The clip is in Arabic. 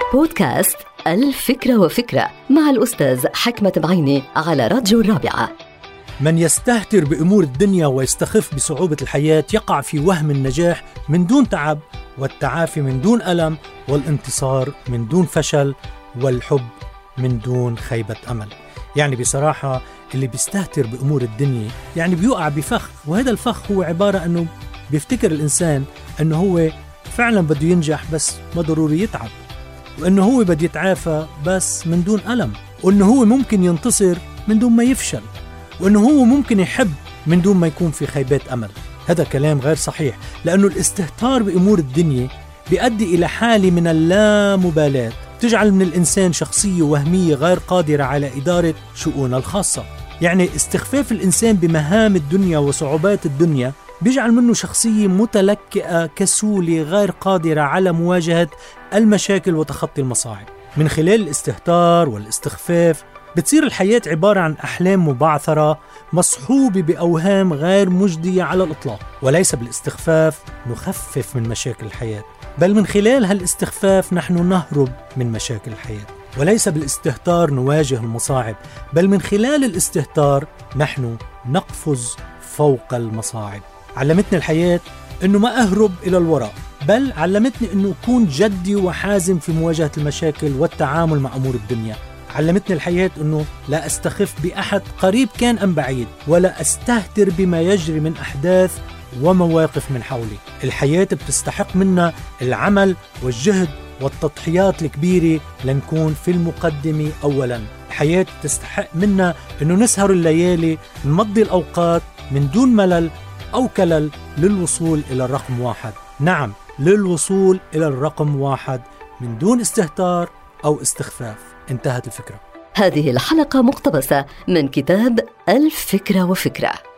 بودكاست الفكرة وفكرة مع الأستاذ حكمة بعيني على راديو الرابعة. من يستهتر بأمور الدنيا ويستخف بصعوبة الحياة يقع في وهم النجاح من دون تعب، والتعافي من دون ألم، والانتصار من دون فشل، والحب من دون خيبة أمل. يعني بصراحة اللي بيستهتر بأمور الدنيا يعني بيقع بفخ، وهذا الفخ هو عبارة أنه بيفتكر الإنسان أنه هو فعلا بده ينجح بس ما ضروري يتعب، وأنه هو بده يتعافى بس من دون ألم، وأنه هو ممكن ينتصر من دون ما يفشل، وأنه هو ممكن يحب من دون ما يكون في خيبات أمل. هذا كلام غير صحيح، لأنه الاستهتار بأمور الدنيا بيؤدي إلى حالة من اللامبالاة تجعل من الإنسان شخصية وهمية غير قادرة على إدارة شؤونه الخاصة. يعني استخفاف الإنسان بمهام الدنيا وصعوبات الدنيا بيجعل منه شخصية متلكئة كسولة غير قادرة على مواجهة المشاكل وتخطي المصاعب. من خلال الاستهتار والاستخفاف بتصير الحياة عبارة عن أحلام مبعثرة مصحوبة بأوهام غير مجدية على الإطلاق. وليس بالاستخفاف نخفف من مشاكل الحياة، بل من خلال هالاستخفاف نحن نهرب من مشاكل الحياة. وليس بالاستهتار نواجه المصاعب، بل من خلال الاستهتار نحن نقفز فوق المصاعب. علمتني الحياة أنه ما أهرب إلى الوراء، بل علمتني أنه أكون جدي وحازم في مواجهة المشاكل والتعامل مع أمور الدنيا. علمتني الحياة أنه لا أستخف بأحد قريب كان أم بعيد، ولا أستهتر بما يجري من أحداث ومواقف من حولي. الحياة بتستحق منا العمل والجهد والتضحيات الكبيرة لنكون في المقدمة أولا. الحياة تستحق منا أنه نسهر الليالي، نمضي الأوقات من دون ملل أو كلل للوصول إلى الرقم 1. نعم، للوصول إلى الرقم 1 من دون استهتار أو استخفاف. انتهت الفكرة. هذه الحلقة مقتبسة من كتاب الفكرة وفكرة.